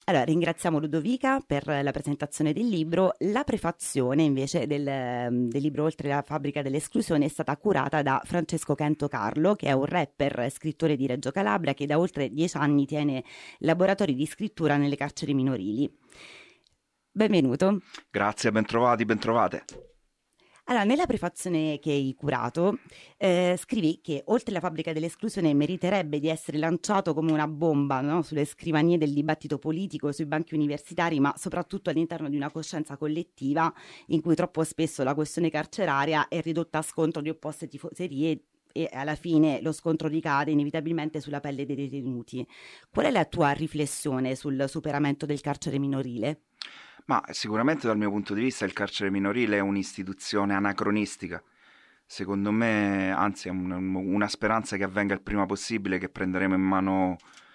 Allora, ringraziamo Ludovica per la presentazione del libro. La prefazione invece del libro Oltre la fabbrica dell'esclusione è stata curata da Francesco Kento Carlo, che è un rapper e scrittore di Reggio Calabria che da oltre 10 anni tiene laboratori di scrittura nelle carceri minorili. Benvenuto. Grazie, bentrovati, bentrovate. Allora, nella prefazione che hai curato, scrivi che Oltre la fabbrica dell'esclusione meriterebbe di essere lanciato come una bomba, no? Sulle scrivanie del dibattito politico, sui banchi universitari, ma soprattutto all'interno di una coscienza collettiva in cui troppo spesso la questione carceraria è ridotta a scontro di opposte tifoserie e alla fine lo scontro ricade inevitabilmente sulla pelle dei detenuti. Qual è la tua riflessione sul superamento del carcere minorile? Ma sicuramente dal mio punto di vista il carcere minorile è un'istituzione anacronistica. Secondo me, anzi, è una speranza che avvenga il prima possibile, che prenderemo in mano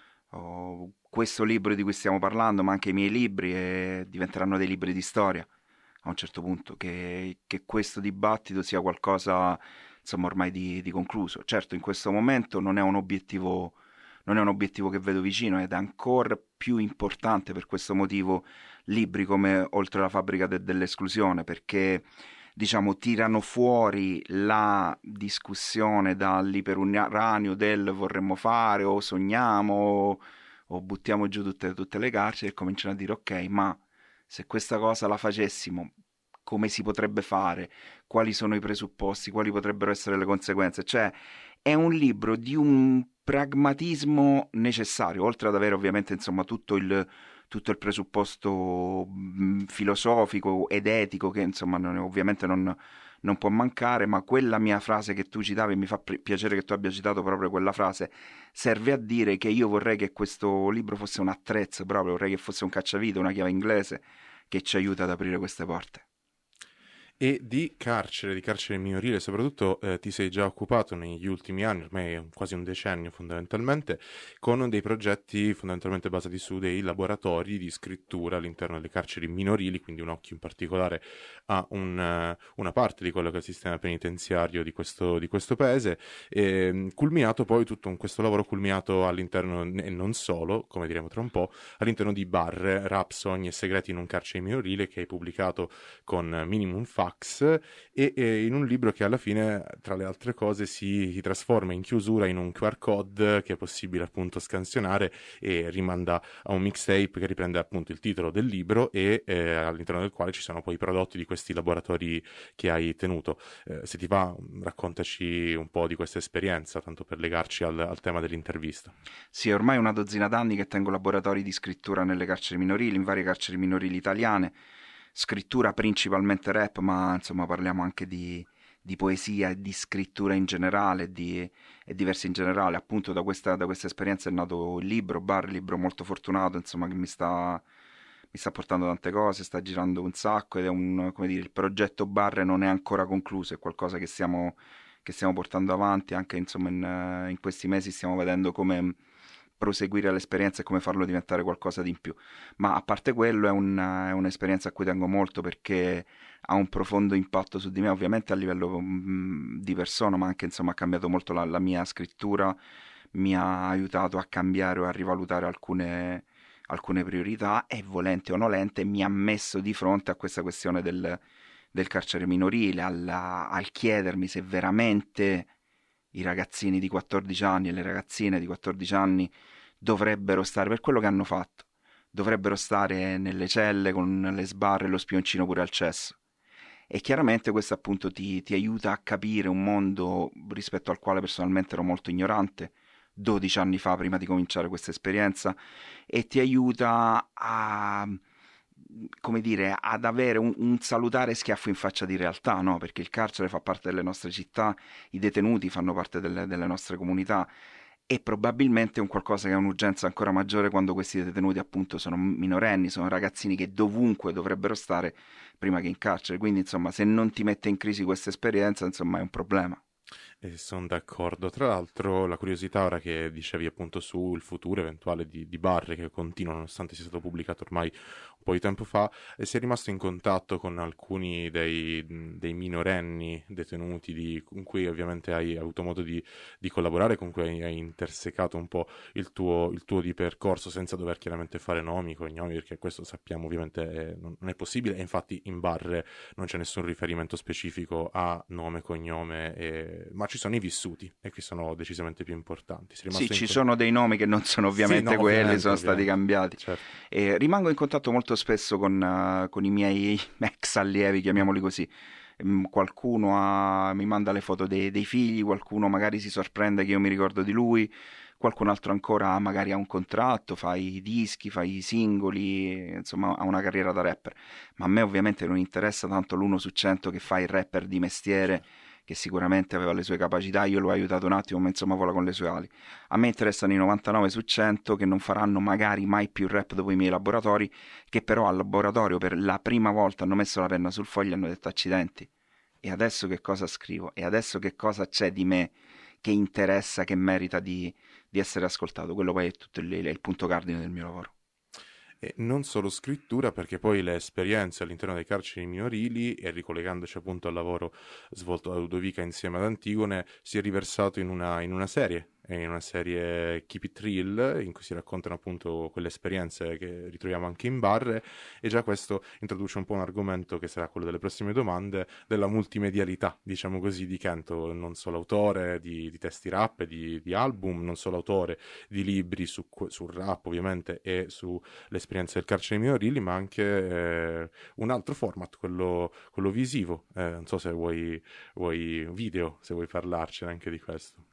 questo libro di cui stiamo parlando, ma anche i miei libri, e diventeranno dei libri di storia a un certo punto, che questo dibattito sia qualcosa, insomma, ormai di concluso. Certo, in questo momento non è un obiettivo che vedo vicino, ed è ancora più importante per questo motivo libri come Oltre la fabbrica dell'esclusione, perché diciamo tirano fuori la discussione dall'iperuranio del vorremmo fare o sogniamo o buttiamo giù tutte le carceri, e cominciano a dire ok, ma se questa cosa la facessimo, come si potrebbe fare, quali sono i presupposti, quali potrebbero essere le conseguenze. Cioè è un libro di un pragmatismo necessario, oltre ad avere ovviamente insomma tutto il presupposto filosofico ed etico che insomma ovviamente non può mancare, ma quella mia frase che tu citavi, mi fa piacere che tu abbia citato proprio quella frase, serve a dire che io vorrei che questo libro fosse un attrezzo, proprio vorrei che fosse un cacciavite, una chiave inglese che ci aiuta ad aprire queste porte. E di carcere minorile soprattutto, ti sei già occupato negli ultimi anni, ormai è quasi un decennio fondamentalmente, con dei progetti fondamentalmente basati su dei laboratori di scrittura all'interno delle carceri minorili, quindi un occhio in particolare a una parte di quello che è il sistema penitenziario di questo paese, culminato poi tutto questo lavoro culminato all'interno, e non solo, come diremo tra un po', all'interno di Barre, rap, sogni e segreti in un carcere minorile, che hai pubblicato con Minimum Fax, e in un libro che alla fine, tra le altre cose, si trasforma in chiusura in un QR code che è possibile appunto scansionare, e rimanda a un mixtape che riprende appunto il titolo del libro, e all'interno del quale ci sono poi i prodotti di questi laboratori che hai tenuto. Se ti va, raccontaci un po' di questa esperienza, tanto per legarci al tema dell'intervista. Sì, ormai una dozzina d'anni che tengo laboratori di scrittura nelle carceri minorili, in varie carceri minorili italiane. Scrittura principalmente rap, ma insomma parliamo anche di poesia e di scrittura in generale, e di versi in generale. Appunto da questa esperienza è nato il libro Bar, libro molto fortunato, insomma, che mi sta portando tante cose, sta girando un sacco, ed è come dire, il progetto Barre non è ancora concluso, è qualcosa che stiamo portando avanti, anche insomma in questi mesi stiamo vedendo come proseguire l'esperienza e come farlo diventare qualcosa di in più. Ma a parte quello è un'esperienza a cui tengo molto, perché ha un profondo impatto su di me, ovviamente a livello di persona, ma anche insomma ha cambiato molto la mia scrittura, mi ha aiutato a cambiare o a rivalutare alcune priorità, e volente o nolente mi ha messo di fronte a questa questione del carcere minorile, al chiedermi se veramente i ragazzini di 14 anni e le ragazzine di 14 anni dovrebbero stare, per quello che hanno fatto, dovrebbero stare nelle celle con le sbarre e lo spioncino pure al cesso. E chiaramente questo appunto ti aiuta a capire un mondo rispetto al quale personalmente ero molto ignorante 12 anni fa, prima di cominciare questa esperienza, e ti aiuta a, come dire, ad avere un salutare schiaffo in faccia di realtà, no? Perché il carcere fa parte delle nostre città, i detenuti fanno parte delle nostre comunità, e probabilmente è un qualcosa che ha un'urgenza ancora maggiore quando questi detenuti appunto sono minorenni, sono ragazzini che dovunque dovrebbero stare prima che in carcere. Quindi insomma, se non ti mette in crisi questa esperienza, insomma, è un problema. Sono d'accordo. Tra l'altro, la curiosità, ora che dicevi appunto sul futuro eventuale di Barre, che continua nonostante sia stato pubblicato ormai un po' di tempo fa, si è rimasto in contatto con alcuni dei minorenni detenuti con cui ovviamente hai avuto modo di collaborare, con cui hai intersecato un po' il tuo di percorso, senza dover chiaramente fare nomi, cognomi, perché questo sappiamo ovviamente non è possibile, e infatti in Barre non c'è nessun riferimento specifico a nome, cognome, ma ci sono i vissuti, e che sono decisamente più importanti. Sì, ci sono dei nomi che non sono Sì, ovviamente no, quelli, ovviamente, sono stati ovviamente, cambiati. certo. Rimango in contatto molto spesso con i miei ex allievi, chiamiamoli così. Qualcuno mi manda le foto dei figli, qualcuno magari si sorprende che io mi ricordo di lui, qualcun altro ancora magari ha un contratto, fa i dischi, fa i singoli, insomma ha una carriera da rapper. Ma a me ovviamente non interessa tanto l'1 su 100 che fa il rapper di mestiere, che sicuramente aveva le sue capacità, io l'ho aiutato un attimo, ma insomma vola con le sue ali. A me interessano i 99 su 100 che non faranno magari mai più rap dopo i miei laboratori, che però al laboratorio per la prima volta hanno messo la penna sul foglio e hanno detto accidenti. E adesso che cosa scrivo? E adesso che cosa c'è di me che interessa, che merita di essere ascoltato? Quello poi è tutto il punto cardine del mio lavoro. E non solo scrittura, perché poi le esperienze all'interno dei carceri minorili, e ricollegandoci appunto al lavoro svolto da Ludovica insieme ad Antigone, si è riversato in una serie, in una serie Keep It Real, in cui si raccontano appunto quelle esperienze che ritroviamo anche in Barre, e già questo introduce un po' un argomento che sarà quello delle prossime domande, della multimedialità, diciamo così, di Kento, non solo autore di testi rap, di album, non solo autore di libri sul rap ovviamente e sull'esperienza del carcere minorili, ma anche un altro format, quello visivo. Non so se vuoi video, se vuoi parlarcene anche di questo.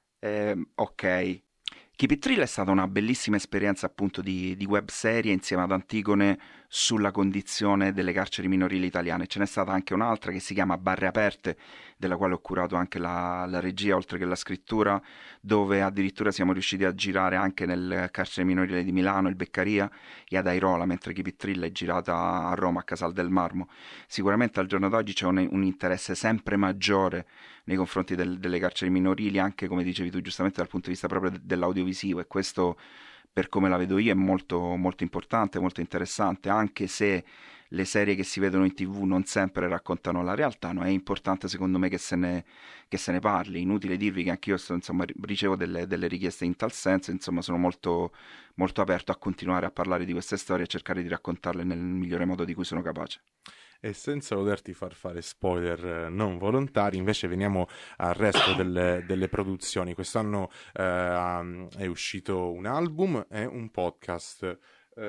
Ok. Keep It Real è stata una bellissima esperienza appunto di web serie insieme ad Antigone sulla condizione delle carceri minorili italiane. Ce n'è stata anche un'altra che si chiama Barre Aperte, della quale ho curato anche la regia oltre che la scrittura, dove addirittura siamo riusciti a girare anche nel carcere minorile di Milano, il Beccaria, e ad Airola, mentre Keep It Real è girata a Roma, a Casal del Marmo. Sicuramente al giorno d'oggi c'è un interesse sempre maggiore nei confronti delle carceri minorili, anche come dicevi tu giustamente dal punto di vista proprio dell'audiovisivo, e questo per come la vedo io è molto, molto importante, molto interessante, anche se le serie che si vedono in TV non sempre raccontano la realtà, no? È importante secondo me che se ne parli. Inutile dirvi che anch'io insomma, ricevo delle richieste in tal senso, insomma sono molto, molto aperto a continuare a parlare di queste storie e cercare di raccontarle nel migliore modo di cui sono capace. E senza volerti far fare spoiler non volontari, invece veniamo al resto delle produzioni. Quest'anno è uscito un album e un podcast.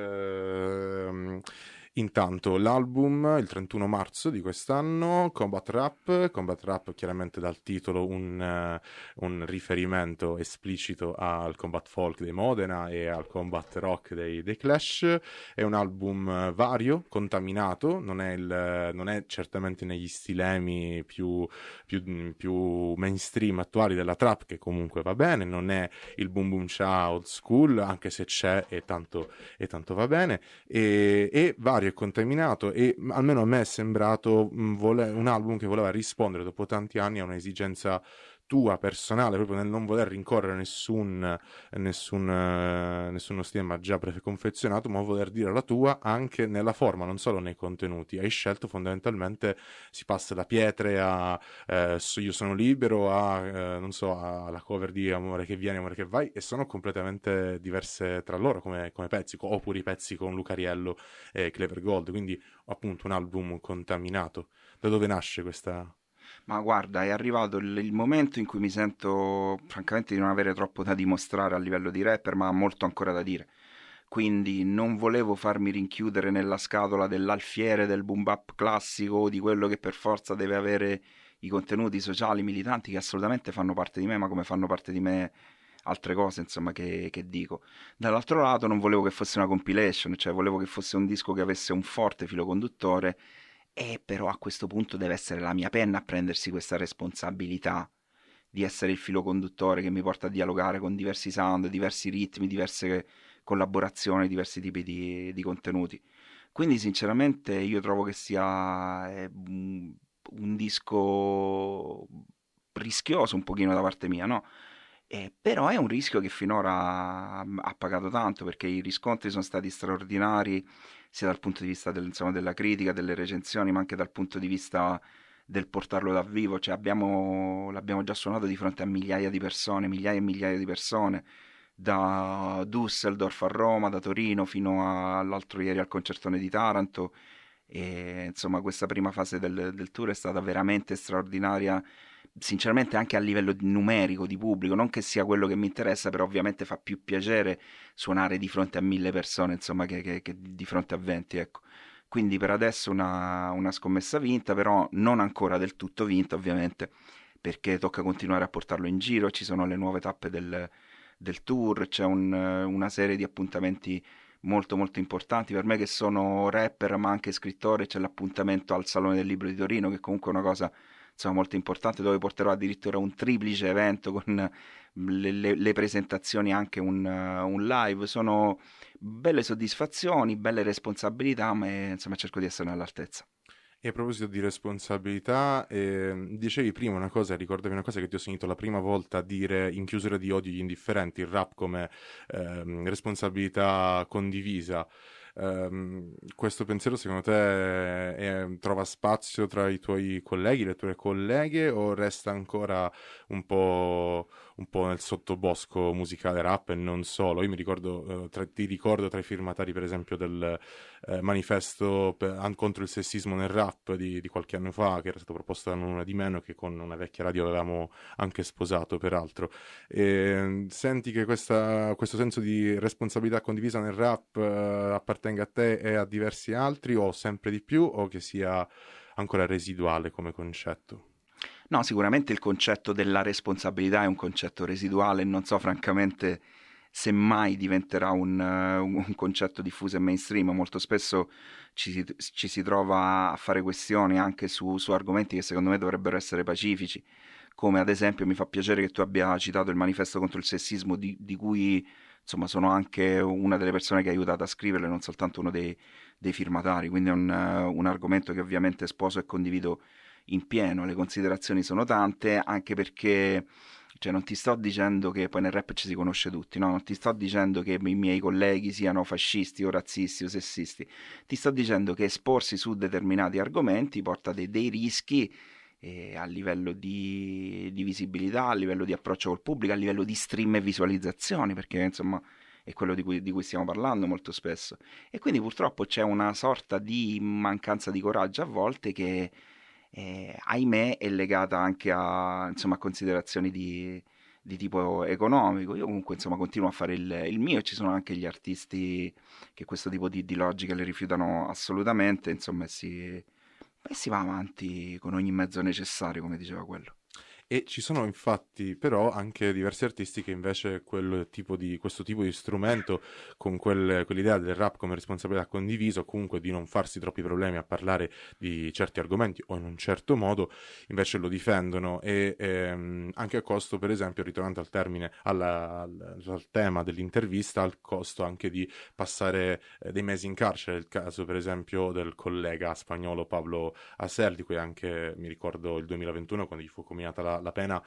Intanto l'album il 31 marzo di quest'anno, Combat Rap chiaramente dal titolo un riferimento esplicito al combat folk dei Modena e al combat rock dei Clash. È un album vario, contaminato, non è certamente negli stilemi più mainstream attuali della trap, che comunque va bene, non è il boom boom cha old school, anche se c'è e tanto va bene, e vario e contaminato, e almeno a me è sembrato un album che voleva rispondere dopo tanti anni a un'esigenza tua personale, proprio nel non voler rincorrere nessuno stilema già preconfezionato, ma voler dire la tua anche nella forma, non solo nei contenuti. Hai scelto fondamentalmente, si passa da Pietre a Io sono libero a non so, alla cover di Amore che viene, Amore che vai, e sono completamente diverse tra loro come pezzi, oppure i pezzi con Lucariello e Clever Gold, quindi appunto un album contaminato. Da dove nasce questa... Ma guarda, è arrivato il momento in cui mi sento francamente di non avere troppo da dimostrare a livello di rapper, ma molto ancora da dire. Quindi non volevo farmi rinchiudere nella scatola dell'alfiere del boom bap classico, di quello che per forza deve avere i contenuti sociali militanti che assolutamente fanno parte di me, ma come fanno parte di me altre cose, insomma, che dico. Dall'altro lato non volevo che fosse una compilation, cioè volevo che fosse un disco che avesse un forte filo conduttore, e però a questo punto deve essere la mia penna a prendersi questa responsabilità di essere il filo conduttore che mi porta a dialogare con diversi sound, diversi ritmi, diverse collaborazioni, diversi tipi di contenuti. Quindi sinceramente io trovo che sia un disco rischioso un pochino da parte mia, no? Però è un rischio che finora ha pagato tanto, perché i riscontri sono stati straordinari sia dal punto di vista insomma, della critica, delle recensioni, ma anche dal punto di vista del portarlo dal vivo. Cioè l'abbiamo già suonato di fronte a migliaia di persone, migliaia e migliaia di persone, da Düsseldorf a Roma, da Torino fino all'altro ieri al concertone di Taranto. E insomma, questa prima fase del tour è stata veramente straordinaria, sinceramente anche a livello numerico di pubblico, non che sia quello che mi interessa, però ovviamente fa più piacere suonare di fronte a 1000 persone, insomma, che di fronte a 20, ecco. Quindi per adesso una scommessa vinta, però non ancora del tutto vinta, ovviamente, perché tocca continuare a portarlo in giro, ci sono le nuove tappe del tour, c'è una serie di appuntamenti molto molto importanti per me che sono rapper ma anche scrittore. C'è l'appuntamento al Salone del Libro di Torino, che comunque è una cosa insomma molto importante, dove porterò addirittura un triplice evento con le presentazioni, anche un live. Sono belle soddisfazioni, belle responsabilità, ma insomma cerco di essere all'altezza. E a proposito di responsabilità, dicevi prima una cosa, ricordavi una cosa che ti ho sentito la prima volta dire in chiusura di Odio gli indifferenti, il rap come responsabilità condivisa. Questo pensiero secondo te trova spazio tra i tuoi colleghi, le tue colleghe, o resta ancora un po' nel sottobosco musicale rap e non solo? Io mi ricordo, ti ricordo tra i firmatari per esempio del manifesto contro il sessismo nel rap di qualche anno fa, che era stato proposto da Una di Meno, che con una vecchia radio avevamo anche sposato peraltro. Senti che questo senso di responsabilità condivisa nel rap appartenga a te e a diversi altri, o sempre di più, o che sia ancora residuale come concetto? No, sicuramente il concetto della responsabilità è un concetto residuale, non so francamente se mai diventerà un concetto diffuso e mainstream. Molto spesso ci si trova a fare questioni anche su argomenti che secondo me dovrebbero essere pacifici, come ad esempio mi fa piacere che tu abbia citato il manifesto contro il sessismo, di cui insomma sono anche una delle persone che ha aiutato a scriverlo, non soltanto uno dei firmatari, quindi è un argomento che ovviamente sposo e condivido in pieno. Le considerazioni sono tante, anche perché cioè, non ti sto dicendo che poi nel rap ci si conosce tutti, no? Non ti sto dicendo che i miei colleghi siano fascisti o razzisti o sessisti, ti sto dicendo che esporsi su determinati argomenti porta dei rischi, a livello di visibilità, a livello di approccio col pubblico, a livello di stream e visualizzazioni, perché insomma è quello di cui stiamo parlando molto spesso. E quindi purtroppo c'è una sorta di mancanza di coraggio a volte che, ahimè, è legata anche a, insomma, a considerazioni di tipo economico. Io comunque insomma continuo a fare il mio, e ci sono anche gli artisti che questo tipo di logica le rifiutano assolutamente, insomma, e si va avanti con ogni mezzo necessario, come diceva quello. E ci sono infatti però anche diversi artisti che invece questo tipo di strumento, con quell'idea del rap come responsabilità condivisa, o comunque di non farsi troppi problemi a parlare di certi argomenti o in un certo modo, invece lo difendono, e anche a costo, per esempio, ritornando al termine, al tema dell'intervista, al costo anche di passare dei mesi in carcere. Il caso per esempio del collega spagnolo Pablo Hasél, di cui anche mi ricordo il 2021, quando gli fu comminata la pena,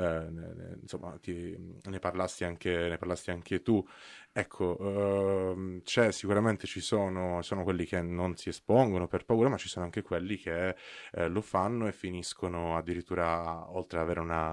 insomma ne parlasti anche tu. Ecco, sicuramente sono quelli che non si espongono per paura, ma ci sono anche quelli che lo fanno e finiscono addirittura, oltre ad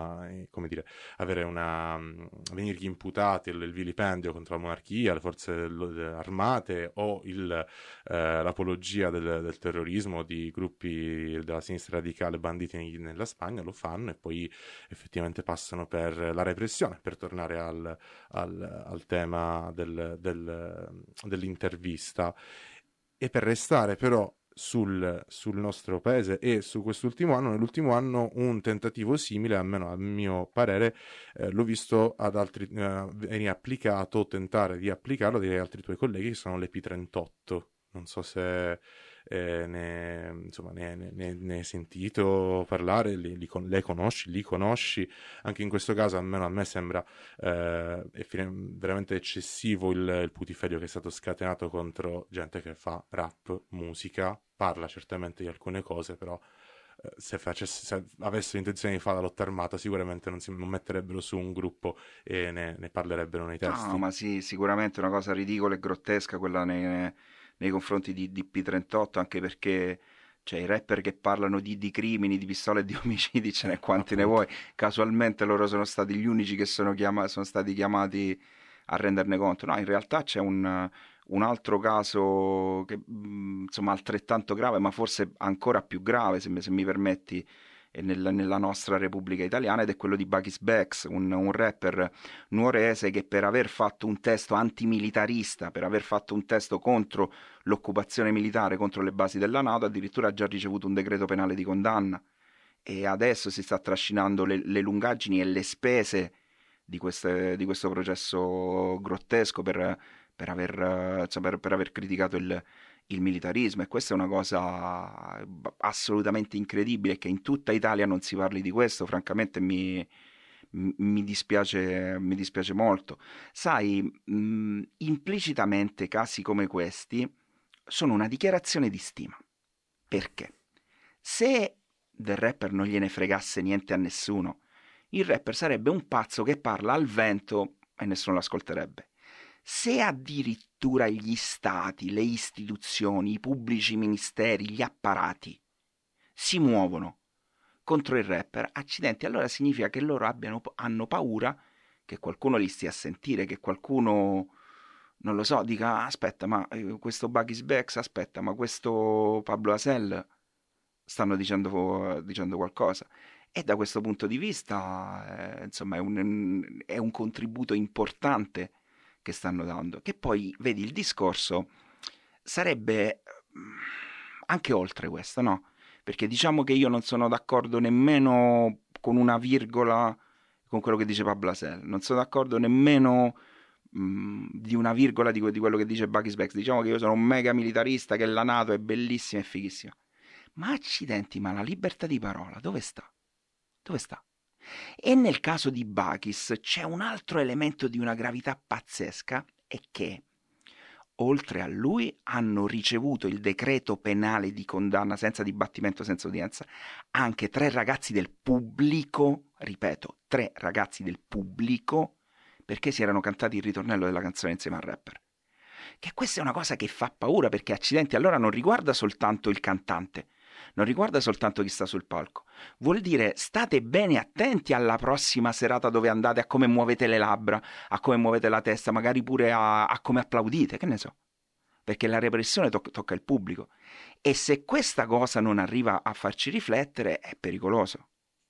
venirgli imputati il vilipendio contro la monarchia, le forze armate, o l'apologia del terrorismo di gruppi della sinistra radicale banditi nella Spagna. Lo fanno e poi effettivamente passano per la repressione, per tornare al tema dell'intervista. E per restare però sul nostro paese e su quest'ultimo anno, nell'ultimo anno un tentativo simile, almeno a mio parere, l'ho visto ad altri venire applicato, o tentare di applicarlo, direi altri tuoi colleghi, che sono le P38. Non so se ne hai sentito parlare, le conosci, li conosci. Anche in questo caso, almeno a me sembra veramente eccessivo il putiferio che è stato scatenato contro gente che fa rap, musica, parla certamente di alcune cose, però se avessero intenzione di fare la lotta armata, sicuramente non metterebbero su un gruppo e ne parlerebbero nei testi. No, ma sì, sicuramente una cosa ridicola e grottesca quella nei confronti di P38, anche perché cioè, i rapper che parlano di crimini, di pistole e di omicidi ce n'è quanti ne Appunto. vuoi. Casualmente loro sono stati gli unici che sono stati chiamati a renderne conto. No, in realtà c'è un altro caso che, insomma, altrettanto grave, ma forse ancora più grave, se mi permetti, nella nostra Repubblica Italiana, ed è quello di Buckys Bex, un rapper nuorese che per aver fatto un testo antimilitarista, per aver fatto un testo contro l'occupazione militare, contro le basi della NATO, addirittura ha già ricevuto un decreto penale di condanna e adesso si sta trascinando le lungaggini e le spese di questo processo grottesco per aver criticato il militarismo, e questa è una cosa assolutamente incredibile, che in tutta Italia non si parli di questo, francamente mi dispiace molto. Sai, implicitamente casi come questi sono una dichiarazione di stima. Perché? Se del rapper non gliene fregasse niente a nessuno, il rapper sarebbe un pazzo che parla al vento e nessuno lo ascolterebbe. Se addirittura gli stati, le istituzioni, i pubblici ministeri, gli apparati si muovono contro il rapper, accidenti, allora significa che loro hanno paura che qualcuno li stia a sentire, che qualcuno, non lo so, dica aspetta, ma questo Buckys Bex, aspetta, ma questo Pablo Asel stanno dicendo qualcosa. E da questo punto di vista, insomma, è un contributo importante che stanno dando. Che poi, vedi, il discorso sarebbe anche oltre questo, no? Perché diciamo che io non sono d'accordo nemmeno con una virgola con quello che dice Pablo Asel, non sono d'accordo nemmeno di una virgola di quello che dice Bucky Specs. Diciamo che io sono un mega militarista, che la NATO è bellissima e fighissima. Ma accidenti, ma la libertà di parola dove sta? Dove sta? E nel caso di Bakis c'è un altro elemento di una gravità pazzesca, è che oltre a lui hanno ricevuto il decreto penale di condanna senza dibattimento, senza udienza, anche 3 ragazzi del pubblico, ripeto, 3 ragazzi del pubblico, perché si erano cantati il ritornello della canzone insieme al rapper. Che questa è una cosa che fa paura, perché accidenti, allora non riguarda soltanto il cantante, non riguarda soltanto chi sta sul palco. Vuol dire state bene attenti alla prossima serata dove andate, a come muovete le labbra, a come muovete la testa, magari pure a come applaudite, che ne so. Perché la repressione tocca il pubblico. E se questa cosa non arriva a farci riflettere, è pericoloso.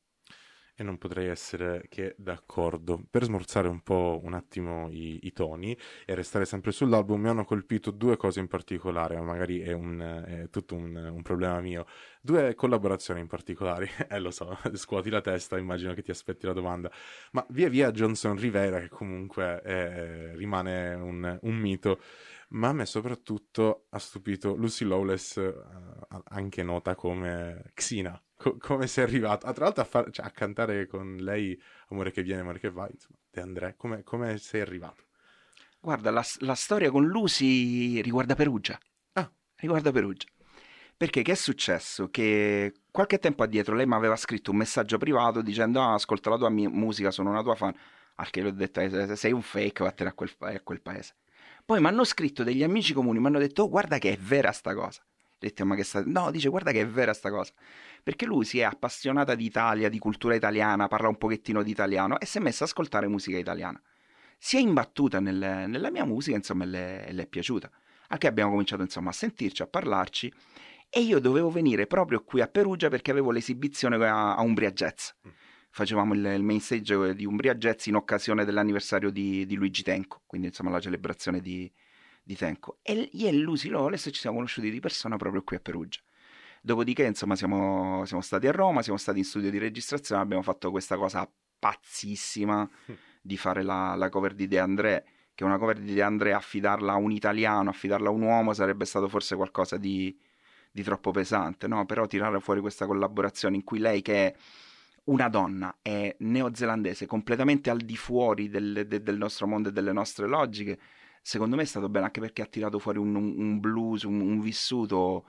E non potrei essere che d'accordo. Per smorzare un attimo i toni e restare sempre sull'album, mi hanno colpito 2 cose in particolare, ma magari è tutto un problema mio. 2 collaborazioni in particolare, lo so, scuoti la testa, immagino che ti aspetti la domanda. Ma via via Johnson Rivera, che comunque rimane un mito, ma a me soprattutto ha stupito Lucy Lawless, anche nota come Xina. Come sei arrivato? Tra l'altro a cantare con lei Amore che viene, amore che va, insomma, De André, come sei arrivato? Guarda, la storia con Lucy riguarda Perugia. Ah, Riguarda Perugia. Perché che è successo? Che qualche tempo addietro lei mi aveva scritto un messaggio privato dicendo ascolta la tua musica, sono una tua fan. Al che le ho detto sei un fake, vattene a quel paese. Poi mi hanno scritto degli amici comuni, mi hanno detto oh, guarda che è vera sta cosa. Ho detto ma che sta... No, dice guarda che è vera sta cosa. Perché lui si è appassionata di Italia, di cultura italiana, parla un pochettino di italiano e si è messa ad ascoltare musica italiana. Si è imbattuta nella mia musica, insomma, e le è piaciuta. Anche abbiamo cominciato, insomma, a sentirci, a parlarci, e io dovevo venire proprio qui a Perugia perché avevo l'esibizione a Umbria Jazz. Facevamo il main stage di Umbria Jazz in occasione dell'anniversario di Luigi Tenco, quindi insomma la celebrazione di Tenco. E io e Lucy Lawless ci siamo conosciuti di persona proprio qui a Perugia. Dopodiché, insomma, siamo stati a Roma, siamo stati in studio di registrazione, abbiamo fatto questa cosa pazzissima di fare la cover di De André, che una cover di De André, affidarla a un italiano, affidarla a un uomo, sarebbe stato forse qualcosa di troppo pesante, no? Però tirare fuori questa collaborazione in cui lei, che è una donna, è neozelandese, completamente al di fuori del nostro mondo e delle nostre logiche, secondo me è stato bello, anche perché ha tirato fuori un blues, un vissuto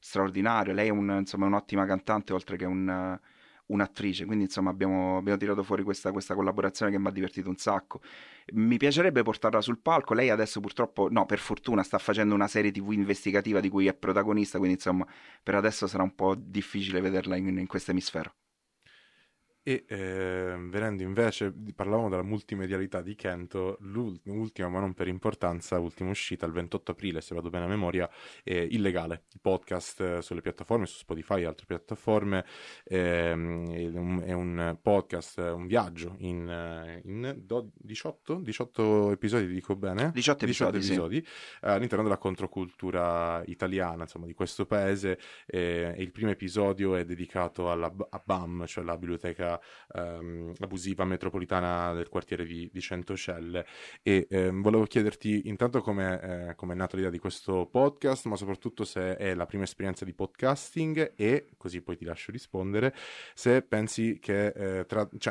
straordinario, lei è insomma, un'ottima cantante oltre che un'attrice, quindi insomma abbiamo tirato fuori questa collaborazione che mi ha divertito un sacco. Mi piacerebbe portarla sul palco, lei adesso purtroppo, no, per fortuna sta facendo una serie TV investigativa di cui è protagonista, quindi insomma per adesso sarà un po' difficile vederla in questo emisfero. E venendo invece, parlavamo della multimedialità di Kento, l'ultima, ma non per importanza, ultima uscita il 28 aprile, se vado bene a memoria, Illegale, il podcast sulle piattaforme, su Spotify e altre piattaforme, è un podcast, un viaggio in 18 episodi, dico bene? 18 episodi, sì. All'interno della controcultura italiana, insomma, di questo paese, e il primo episodio è dedicato a BAM, cioè la biblioteca abusiva metropolitana del quartiere di Centocelle, e volevo chiederti intanto come è nata l'idea di questo podcast, ma soprattutto se è la prima esperienza di podcasting, e così poi ti lascio rispondere, se pensi che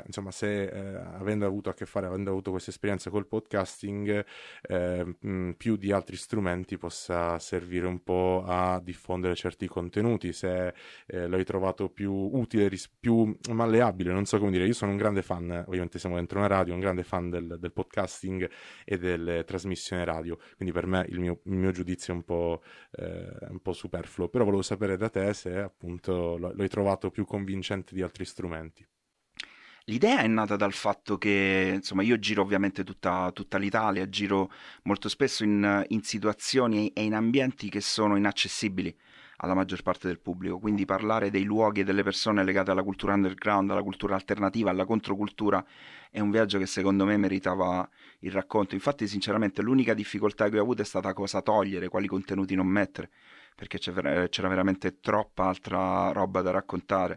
avendo avuto a che fare, avendo avuto questa esperienza col podcasting, più di altri strumenti possa servire un po' a diffondere certi contenuti, se l'hai trovato più utile, più malleabile. Non so come dire, io sono un grande fan, ovviamente siamo dentro una radio, un grande fan del podcasting e delle trasmissioni radio, quindi per me il mio giudizio è un po' superfluo, però volevo sapere da te se appunto l'hai trovato più convincente di altri strumenti. L'idea è nata dal fatto che, insomma, io giro ovviamente tutta l'Italia, giro molto spesso in situazioni e in ambienti che sono inaccessibili alla maggior parte del pubblico, quindi parlare dei luoghi e delle persone legate alla cultura underground, alla cultura alternativa, alla controcultura, è un viaggio che secondo me meritava il racconto. Infatti, sinceramente, l'unica difficoltà che ho avuto è stata cosa togliere, quali contenuti non mettere, perché c'era veramente troppa altra roba da raccontare.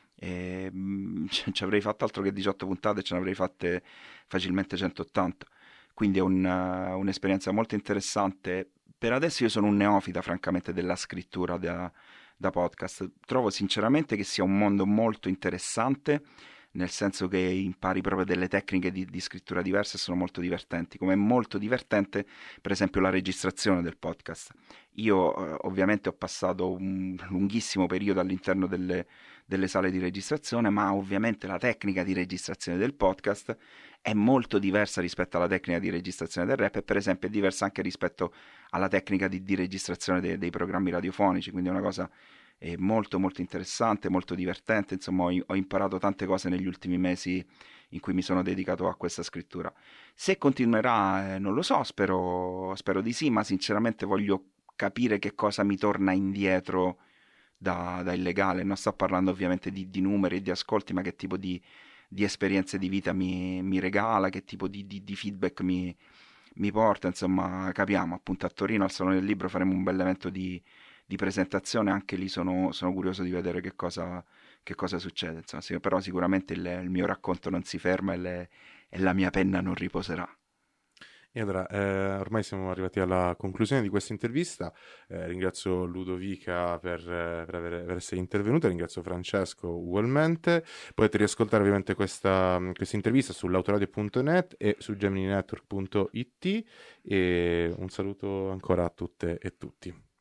Ci avrei fatto altro che 18 puntate, ce ne avrei fatte facilmente 180, quindi è un'esperienza molto interessante. Per adesso io sono un neofita francamente della scrittura da podcast, trovo sinceramente che sia un mondo molto interessante, nel senso che impari proprio delle tecniche di scrittura diverse e sono molto divertenti, come è molto divertente per esempio la registrazione del podcast. Io ovviamente ho passato un lunghissimo periodo all'interno delle sale di registrazione, ma ovviamente la tecnica di registrazione del podcast è molto diversa rispetto alla tecnica di registrazione del rap, e per esempio è diversa anche rispetto alla tecnica di registrazione dei programmi radiofonici, quindi è una cosa molto molto interessante, molto divertente. Insomma, ho imparato tante cose negli ultimi mesi in cui mi sono dedicato a questa scrittura. Se continuerà, non lo so, spero di sì, ma sinceramente voglio capire che cosa mi torna indietro da Illegale. Non sto parlando ovviamente di numeri e di ascolti, ma che tipo di esperienze di vita mi regala, che tipo di feedback mi porta. Insomma, capiamo. Appunto, a Torino al Salone del Libro faremo un bel evento di presentazione, anche lì sono curioso di vedere che cosa succede. Insomma, sì, però sicuramente il mio racconto non si ferma e la mia penna non riposerà. E allora, ormai siamo arrivati alla conclusione di questa intervista. Ringrazio Ludovica per essere intervenuta, ringrazio Francesco ugualmente. Potete riascoltare ovviamente questa intervista sull'autoradio.net e su gemininetwork.it, e un saluto ancora a tutte e tutti.